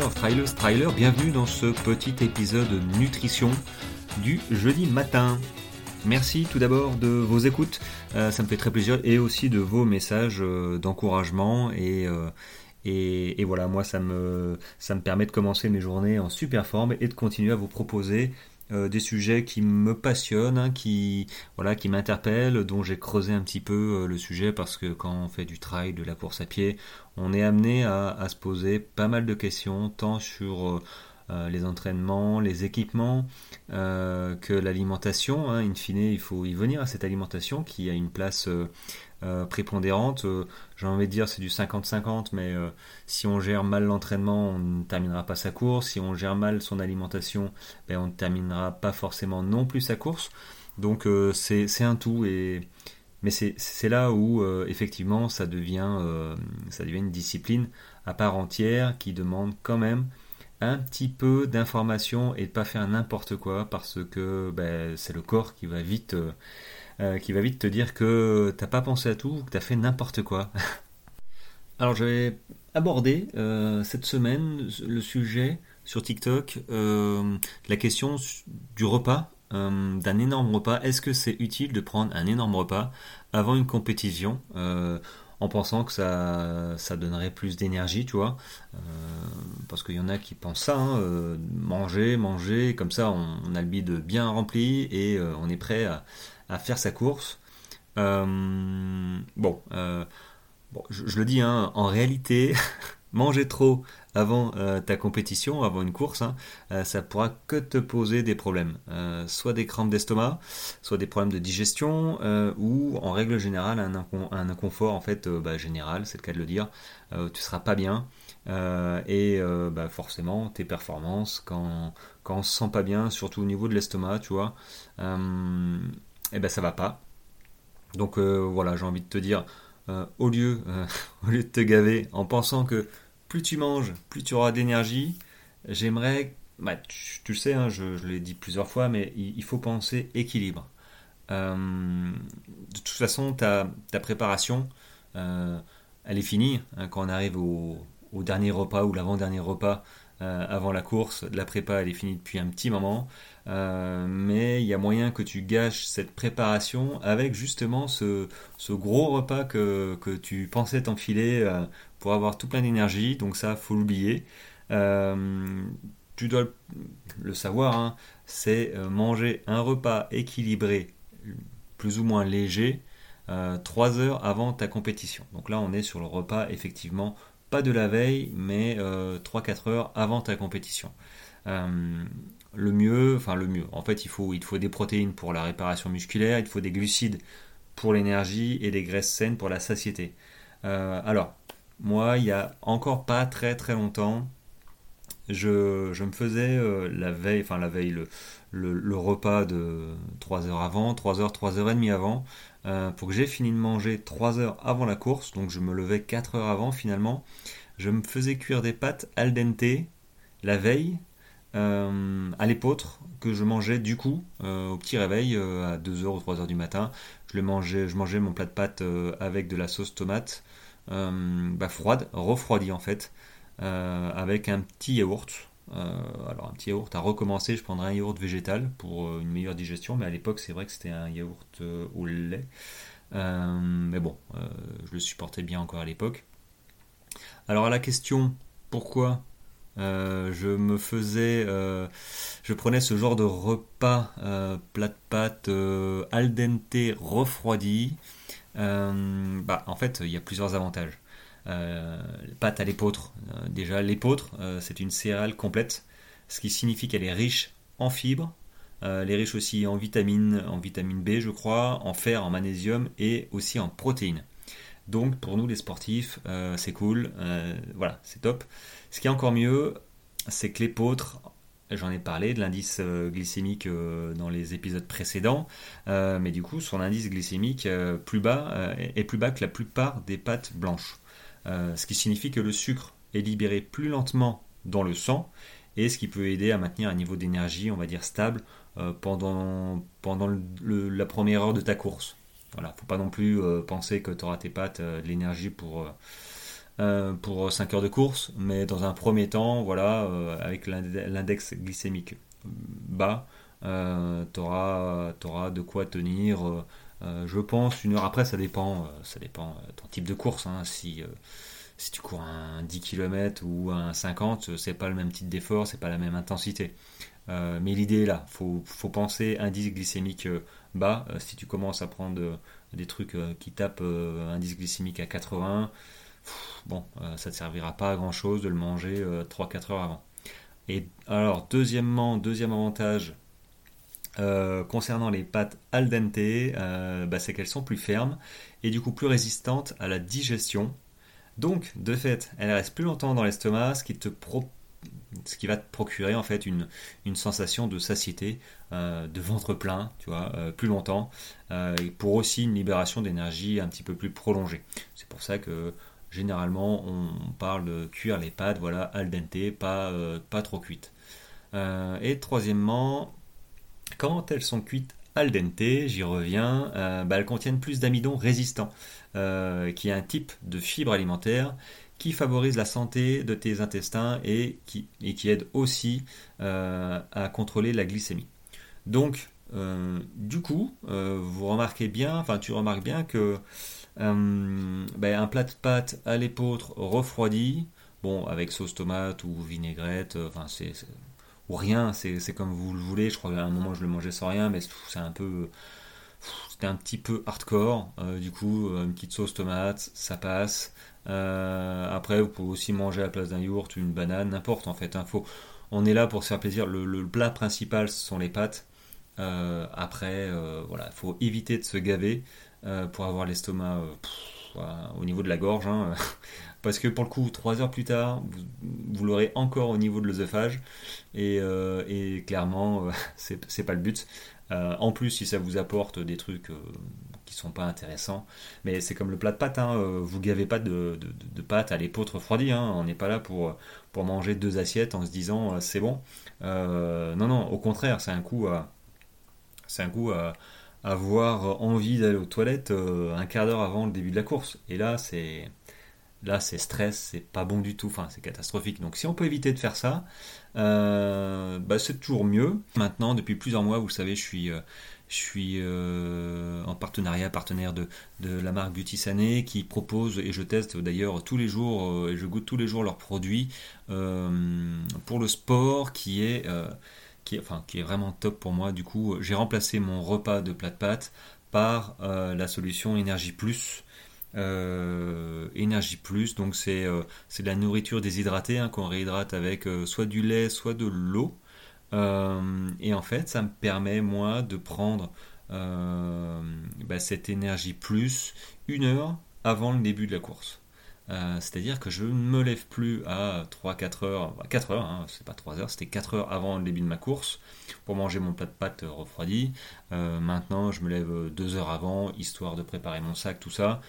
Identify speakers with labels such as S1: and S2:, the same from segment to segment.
S1: Trailers, Trailer, bienvenue dans ce petit épisode nutrition du jeudi matin. Merci tout d'abord de vos écoutes, ça me fait très plaisir, et aussi de vos messages d'encouragement et voilà, moi ça me permet de commencer mes journées en super forme et de continuer à vous proposer des sujets qui me passionnent, qui m'interpellent, dont j'ai creusé un petit peu le sujet parce que quand on fait du trail, de la course à pied, on est amené à se poser pas mal de questions, tant sur les entraînements, les équipements, que l'alimentation. In fine, il faut y venir à cette alimentation qui a une place prépondérante. J'ai envie de dire c'est du 50-50, mais si on gère mal l'entraînement, on ne terminera pas sa course. Si on gère mal son alimentation, on ne terminera pas forcément non plus sa course. Donc c'est un tout. Mais c'est là où effectivement ça devient une discipline à part entière qui demande quand même un petit peu d'information et de pas faire n'importe quoi, parce que c'est le corps qui va vite te dire que t'as pas pensé à tout ou que t'as fait n'importe quoi. Alors j'avais abordé cette semaine le sujet sur TikTok, la question du repas, d'un énorme repas. Est-ce que c'est utile de prendre un énorme repas avant une compétition, en pensant que ça donnerait plus d'énergie, tu vois, parce qu'il y en a qui pensent ça, manger, comme ça on a le bide bien rempli et on est prêt à faire sa course. Bon, je le dis, en réalité, manger trop avant ta compétition, avant une course, ça pourra que te poser des problèmes. Soit des crampes d'estomac, soit des problèmes de digestion, ou en règle générale un inconfort en fait général, c'est le cas de le dire. Tu seras pas bien, et forcément tes performances, quand on se sent pas bien, surtout au niveau de l'estomac, tu vois, ça va pas. Donc voilà, j'ai envie de te dire, au lieu de te gaver en pensant que plus tu manges, plus tu auras d'énergie, j'aimerais, tu le sais, je l'ai dit plusieurs fois, mais il faut penser équilibre. De toute façon, ta préparation, elle est finie, quand on arrive au dernier repas ou l'avant-dernier repas avant la course. La prépa, elle est finie depuis un petit moment, mais il y a moyen que tu gâches cette préparation avec justement ce gros repas que tu pensais t'enfiler pour avoir tout plein d'énergie. Donc ça, faut l'oublier. Tu dois le savoir, c'est manger un repas équilibré, plus ou moins léger, 3 heures avant ta compétition. Donc là, on est sur le repas, effectivement, pas de la veille, mais 3-4 heures avant ta compétition. Le mieux, en fait, il faut des protéines pour la réparation musculaire, il faut des glucides pour l'énergie et des graisses saines pour la satiété. Alors, moi, il y a encore pas très très longtemps, je me faisais la veille, le repas de 3 heures avant, 3 heures, 3 heures et demie avant, pour que j'ai fini de manger 3 heures avant la course, donc je me levais 4 heures avant finalement. Je me faisais cuire des pâtes al dente la veille, à l'épeautre, que je mangeais du coup au petit réveil à 2 heures ou 3 heures du matin. Je mangeais mon plat de pâtes avec de la sauce tomate, froide, refroidie en fait, avec un petit yaourt. Alors un petit yaourt à recommencer, je prendrais un yaourt végétal pour une meilleure digestion, mais à l'époque c'est vrai que c'était un yaourt au lait. Mais bon, je le supportais bien encore à l'époque. Alors à la question pourquoi je prenais ce genre de repas, plat de pâtes al dente refroidi. En fait, il y a plusieurs avantages. Pâte à l'épeautre. Déjà, l'épeautre, c'est une céréale complète, ce qui signifie qu'elle est riche en fibres. Elle est riche aussi en vitamine B, je crois, en fer, en magnésium et aussi en protéines. Donc pour nous les sportifs, c'est cool, voilà, c'est top. Ce qui est encore mieux, c'est que l'épeautre, j'en ai parlé de l'indice glycémique dans les épisodes précédents, mais du coup son indice glycémique est plus bas que la plupart des pâtes blanches. Ce qui signifie que le sucre est libéré plus lentement dans le sang, et ce qui peut aider à maintenir un niveau d'énergie, on va dire, stable pendant la première heure de ta course. Voilà, faut pas non plus penser que tu auras tes pâtes, de l'énergie pour 5 heures de course, mais dans un premier temps, voilà, avec l'index glycémique bas, t'auras de quoi tenir, je pense, 1 heure. Après, ça dépend de ton type de course, hein. Si tu cours un 10 km ou un 50, c'est pas le même type d'effort, c'est pas la même intensité. Mais l'idée est là, faut penser indice glycémique bas. Si tu commences à prendre des trucs qui tapent indice glycémique à 80, bon, ça ne te servira pas à grand chose de le manger 3-4 heures avant. Et alors, deuxième avantage concernant les pâtes al dente, c'est qu'elles sont plus fermes et du coup plus résistantes à la digestion. Donc, de fait, elles restent plus longtemps dans l'estomac, ce qui va te procurer en fait une sensation de satiété, de ventre plein, tu vois, plus longtemps, et pour aussi une libération d'énergie un petit peu plus prolongée. C'est pour ça que généralement on parle de cuire les pâtes, voilà, al dente, pas trop cuites. Et troisièmement, quand elles sont cuites al dente, j'y reviens, elles contiennent plus d'amidon résistant, qui est un type de fibre alimentaire qui favorise la santé de tes intestins et qui aide aussi à contrôler la glycémie. Donc, du coup, tu remarques bien que un plat de pâtes à l'épeautre refroidi, bon, avec sauce tomate ou vinaigrette, ou rien, c'est comme vous le voulez. Je crois qu'à un moment je le mangeais sans rien, mais c'était un petit peu hardcore. Du coup, une petite sauce tomate, ça passe. Après, vous pouvez aussi manger à la place d'un yaourt, une banane, n'importe en fait, hein. On est là pour se faire plaisir. Le plat principal, ce sont les pâtes. Après, voilà, il faut éviter de se gaver pour avoir l'estomac voilà, au niveau de la gorge, hein. Parce que pour le coup, 3 heures plus tard, vous l'aurez encore au niveau de l'œsophage. Et clairement, c'est pas le but. En plus, si ça vous apporte des trucs qui sont pas intéressants, mais c'est comme le plat de pâtes, hein, vous gavez pas de pâtes à l'épeautre refroidie, hein. On n'est pas là pour manger 2 assiettes en se disant c'est bon. Non, non, au contraire, c'est un coup à avoir envie d'aller aux toilettes un quart d'heure avant le début de la course. Et là c'est stress, c'est pas bon du tout, enfin c'est catastrophique. Donc si on peut éviter de faire ça, c'est toujours mieux. Maintenant, depuis plusieurs mois, vous le savez, je suis en partenaire de la marque Beauty Sané qui propose, et je teste d'ailleurs tous les jours, et je goûte tous les jours leurs produits pour le sport qui est vraiment top pour moi. Du coup, j'ai remplacé mon repas de plat de pâtes par la solution Énergie Plus. Énergie Plus, donc c'est de la nourriture déshydratée, hein, qu'on réhydrate avec soit du lait, soit de l'eau. Et en fait, ça me permet, moi, de prendre cette énergie plus 1 heure avant le début de la course. C'est-à-dire que je ne me lève plus à 3-4 heures, 4 heures, hein, c'est pas 3 heures, c'était 4 heures avant le début de ma course pour manger mon plat de pâtes refroidi. Maintenant, je me lève 2 heures avant, histoire de préparer mon sac, tout ça.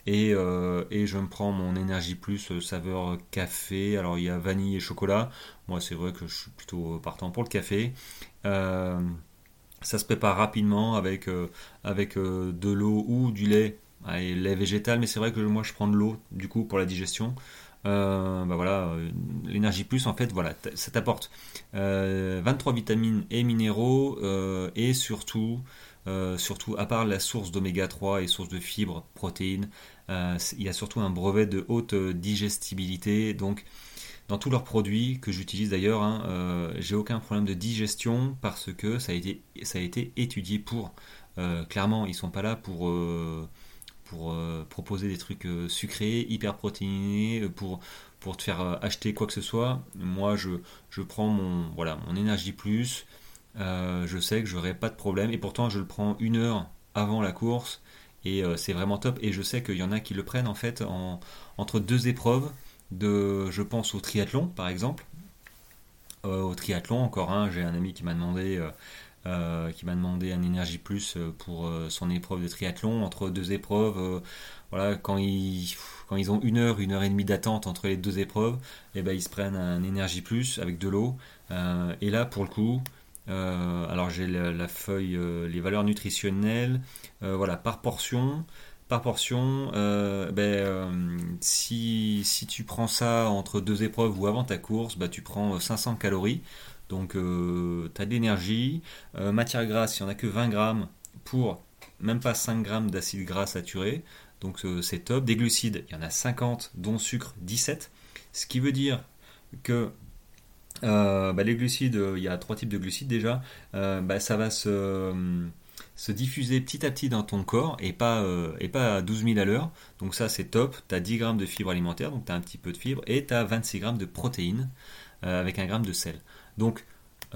S1: Et je me prends mon énergie plus saveur café. Alors il y a vanille et chocolat. Moi c'est vrai que je suis plutôt partant pour le café. Euh, Ça se prépare rapidement avec de l'eau ou du lait. Allez, lait végétal, mais c'est vrai que moi je prends de l'eau du coup pour la digestion. Voilà, l'énergie plus en fait, voilà, ça t'apporte 23 vitamines et minéraux et surtout, à part la source d'oméga 3 et source de fibres, protéines, il y a surtout un brevet de haute digestibilité. Donc, dans tous leurs produits que j'utilise d'ailleurs, hein, j'ai aucun problème de digestion parce que ça a été étudié pour. Clairement, ils sont pas là pour proposer des trucs sucrés, hyper protéinés, pour te faire acheter quoi que ce soit. Moi, je prends mon énergie plus. Je sais que j'aurai pas de problème et pourtant je le prends 1 heure avant la course et c'est vraiment top. Et je sais qu'il y en a qui le prennent en fait entre deux épreuves. Je pense au triathlon par exemple. Au triathlon encore un, j'ai un ami qui m'a demandé un énergie plus pour son épreuve de triathlon entre deux épreuves. Voilà, quand ils ont 1 heure et demie d'attente entre les deux épreuves, et ben ils se prennent un énergie plus avec de l'eau. Et là pour le coup, alors j'ai la feuille, les valeurs nutritionnelles, voilà, par portion. par portion. Si tu prends ça entre deux épreuves ou avant ta course, tu prends 500 calories. Donc tu as de l'énergie. Matière grasse, il n'y en a que 20 grammes pour même pas 5 grammes d'acide gras saturé. Donc c'est top. Des glucides, il y en a 50, dont sucre 17. Ce qui veut dire que les glucides, il y a trois types de glucides déjà. Ça va se diffuser petit à petit dans ton corps et pas à 12 000 à l'heure. Donc ça c'est top. Tu as 10 grammes de fibres alimentaires, donc tu as un petit peu de fibres, et tu as 26 grammes de protéines avec 1 gramme de sel. Donc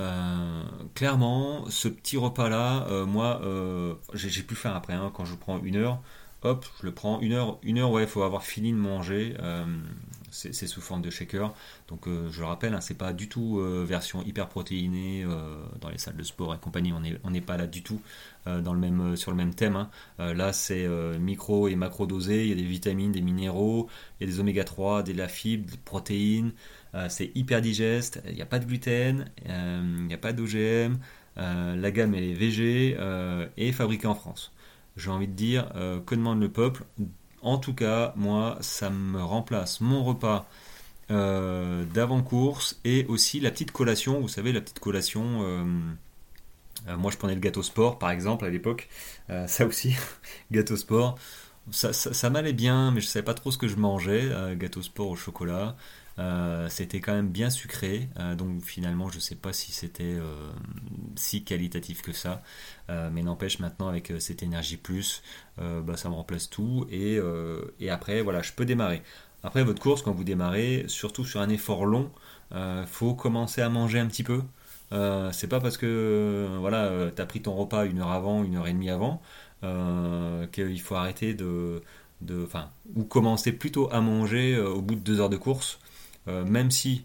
S1: clairement, ce petit repas-là, moi, j'ai pu le faire après, hein, quand je prends 1 heure. Hop, je le prends 1 heure, ouais, il faut avoir fini de manger. C'est sous forme de shaker. Donc je le rappelle, hein, c'est pas du tout version hyper protéinée dans les salles de sport et compagnie. On n'est pas là du tout sur le même thème, hein. Là, c'est micro et macro dosé. Il y a des vitamines, des minéraux, il y a des oméga 3, de la fibre, des protéines. C'est hyper digeste. Il n'y a pas de gluten, il n'y a pas d'OGM. La gamme elle est VG et fabriquée en France. J'ai envie de dire, que demande le peuple? En tout cas, moi, ça me remplace mon repas d'avant-course et aussi la petite collation. Vous savez, la petite collation, moi je prenais le gâteau sport par exemple à l'époque. Ça aussi, gâteau sport. Ça m'allait bien, mais je savais pas trop ce que je mangeais. Gâteau sport au chocolat. C'était quand même bien sucré, donc finalement je sais pas si c'était si qualitatif que ça, mais n'empêche maintenant avec cette énergie plus, ça me remplace tout et après voilà je peux démarrer. Après votre course quand vous démarrez, surtout sur un effort long, faut commencer à manger un petit peu. C'est pas parce que t'as pris ton repas 1 heure avant, 1 heure et demie avant, qu'il faut arrêter enfin, ou commencer plutôt à manger au bout de 2 heures de course. Même si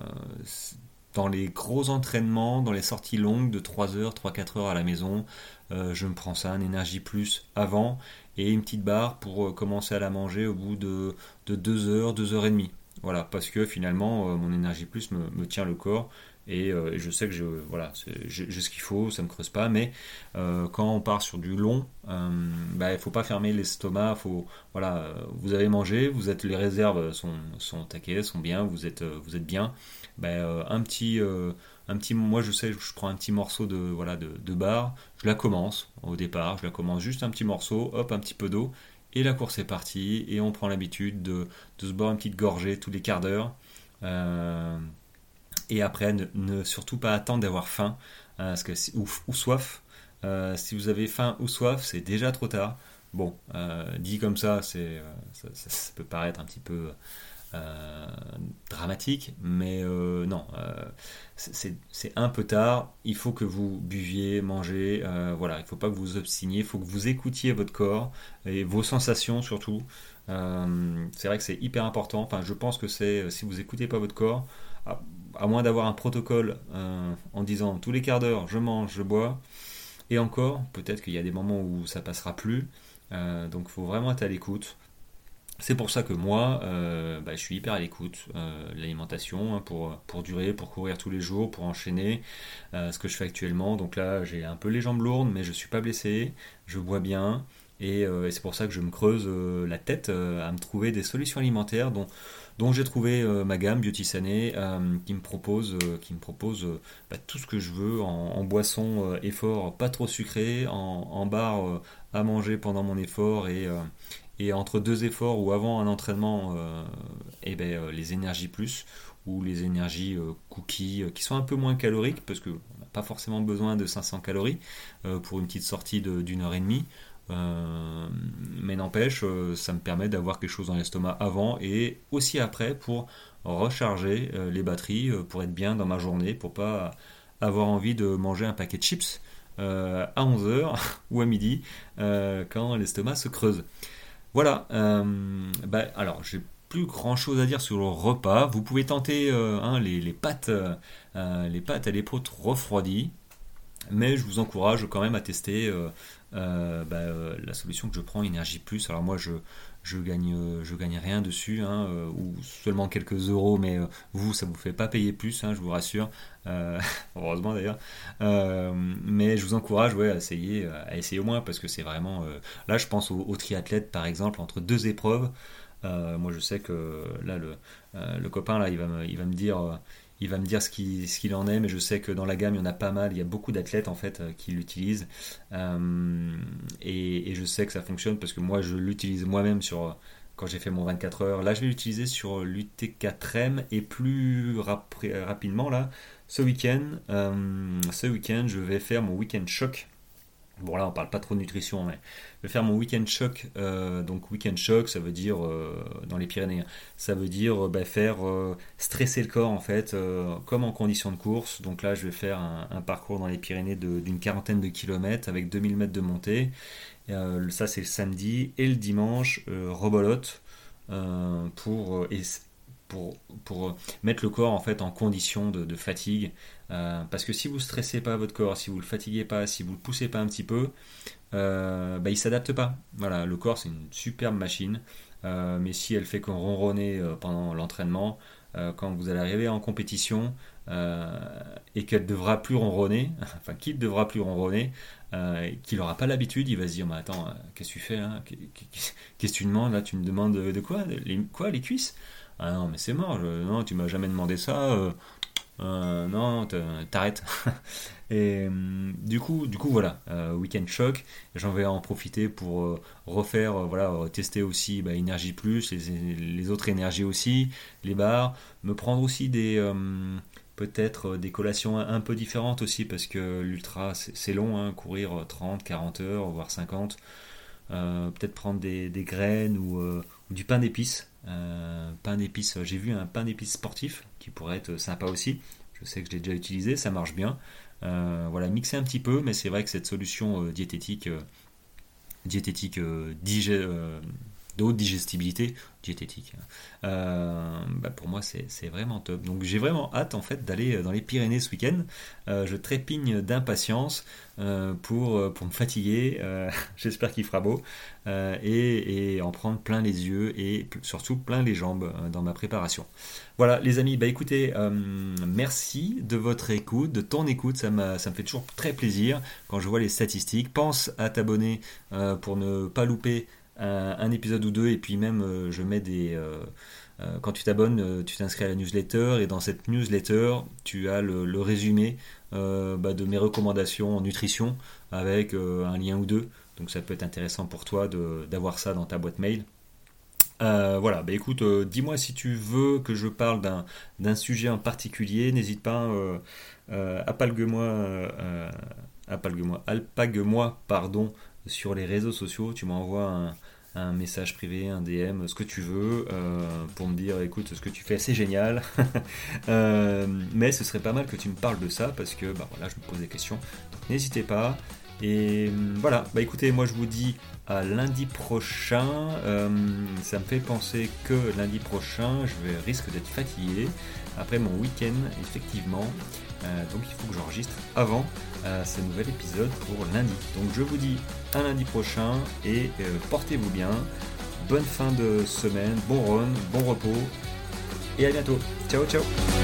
S1: dans les gros entraînements, dans les sorties longues de 3 heures, 3-4 heures à la maison, je me prends ça, un énergie plus avant et une petite barre pour commencer à la manger au bout de 2 heures, 2 heures et demie. Voilà, parce que finalement, mon énergie plus me tient le corps et je sais que j'ai ce qu'il faut, ça me creuse pas, mais quand on part sur du long, il faut pas fermer l'estomac, vous avez mangé, les réserves sont taquées, sont bien, vous êtes bien, moi je sais, je prends un petit morceau de barre, je la commence au départ, je la commence juste un petit morceau, hop, un petit peu d'eau, et la course est partie, et on prend l'habitude de se boire une petite gorgée tous les quarts d'heure. Et après, ne surtout pas attendre d'avoir faim, ou soif. Si vous avez faim ou soif, c'est déjà trop tard. Bon, dit comme ça, ça peut paraître un petit peu euh, dramatique, mais non, c'est un peu tard. Il faut que vous buviez, mangez. Voilà, il ne faut pas que vous obstiniez. Il faut que vous écoutiez votre corps et vos sensations surtout. C'est vrai que c'est hyper important. Enfin, je pense que si vous écoutez pas votre corps, à moins d'avoir un protocole en disant tous les quarts d'heure je mange, je bois, et encore, peut-être qu'il y a des moments où ça passera plus, donc il faut vraiment être à l'écoute. C'est pour ça que moi, je suis hyper à l'écoute de l'alimentation, hein, pour durer, pour courir tous les jours, pour enchaîner ce que je fais actuellement. Donc là, j'ai un peu les jambes lourdes, mais je suis pas blessé, je bois bien, et c'est pour ça que je me creuse la tête à me trouver des solutions alimentaires dont j'ai trouvé ma gamme Beauty Sané qui me propose tout ce que je veux en boisson effort pas trop sucré, en barre à manger pendant mon effort et entre deux efforts ou avant un entraînement, les énergies plus ou les énergies cookies qui sont un peu moins caloriques parce qu'on n'a pas forcément besoin de 500 calories pour une petite sortie d'1 heure et demie. Mais n'empêche, ça me permet d'avoir quelque chose dans l'estomac avant et aussi après pour recharger les batteries, pour être bien dans ma journée, pour pas avoir envie de manger un paquet de chips à 11 heures ou à midi quand l'estomac se creuse. Voilà, alors j'ai plus grand chose à dire sur le repas. Vous pouvez tenter les pâtes à l'épeautre refroidies. Mais je vous encourage quand même à tester la solution que je prends, Énergie Plus. Alors moi, je gagne rien dessus, hein, ou seulement quelques euros, mais vous, ça vous fait pas payer plus, hein, je vous rassure. Heureusement d'ailleurs. Mais je vous encourage, ouais, à essayer au moins, parce que c'est vraiment. Là, je pense au triathlète, par exemple, entre deux épreuves. Moi, je sais que là, le copain, là, il va me dire ce qu'il en est, mais je sais que dans la gamme, il y en a pas mal. Il y a beaucoup d'athlètes en fait qui l'utilisent, et je sais que ça fonctionne parce que moi, je l'utilise moi-même quand j'ai fait mon 24 heures. Là, je vais l'utiliser sur l'UT4M et plus rapidement là, ce week-end, je vais faire mon week-end choc. Bon là on parle pas trop de nutrition, mais je vais faire mon week-end choc. Donc week-end choc, ça veut dire dans les Pyrénées, hein, ça veut dire faire stresser le corps en fait, comme en condition de course. Donc là je vais faire un parcours dans les Pyrénées d'une quarantaine de kilomètres avec 2000 mètres de montée. Ça c'est le samedi, et le dimanche rebolote, pour mettre le corps en fait en condition de fatigue. Parce que si vous stressez pas votre corps, si vous le fatiguez pas, si vous le poussez pas un petit peu, il s'adapte pas. Voilà, le corps c'est une superbe machine, mais si elle fait que ronronner pendant l'entraînement, quand vous allez arriver en compétition, et qu'elle devra plus ronronner, enfin qu'il devra plus ronronner, qu'il n'aura pas l'habitude, il va se dire mais attends, qu'est-ce que tu fais là, qu'est-ce que tu demandes là, tu me demandes de quoi, les cuisses? Ah non mais c'est mort, non tu m'as jamais demandé ça, non, t'arrêtes. Et du coup voilà, week-end choc, j'en vais en profiter pour refaire, tester aussi Énergie Plus, les autres énergies aussi, les bars, me prendre aussi peut-être des collations un peu différentes aussi, parce que l'ultra c'est long, hein, courir 30, 40 heures, voire 50. Peut-être prendre des graines ou du pain d'épices. Pain d'épices, j'ai vu un pain d'épices sportif qui pourrait être sympa aussi. Je sais que je l'ai déjà utilisé, ça marche bien. Mixer un petit peu, mais c'est vrai que cette solution diététique de haute digestibilité diététique, pour moi c'est vraiment top. Donc j'ai vraiment hâte en fait d'aller dans les Pyrénées ce week-end. Je trépigne d'impatience pour me fatiguer. J'espère qu'il fera beau, et en prendre plein les yeux et surtout plein les jambes dans ma préparation. Voilà les amis, écoutez, merci de votre écoute, de ton écoute, ça me fait toujours très plaisir quand je vois les statistiques. Pense à t'abonner pour ne pas louper un épisode ou deux, et puis même je mets quand tu t'abonnes, tu t'inscris à la newsletter, et dans cette newsletter tu as le résumé de mes recommandations en nutrition avec un lien ou deux, donc ça peut être intéressant pour toi d'avoir ça dans ta boîte mail. Écoute, dis-moi si tu veux que je parle d'un sujet en particulier, n'hésite pas, alpague-moi, pardon, sur les réseaux sociaux, tu m'envoies un message privé, un DM, ce que tu veux, pour me dire écoute, ce que tu fais c'est génial. Mais ce serait pas mal que tu me parles de ça, parce que je me pose des questions, donc n'hésitez pas. Et voilà, écoutez, moi je vous dis à lundi prochain. Ça me fait penser que lundi prochain je risque d'être fatigué après mon week-end, effectivement, donc il faut que j'enregistre avant ce nouvel épisode pour lundi. Donc je vous dis à lundi prochain, et portez-vous bien, bonne fin de semaine, bon run, bon repos, et à bientôt. Ciao ciao.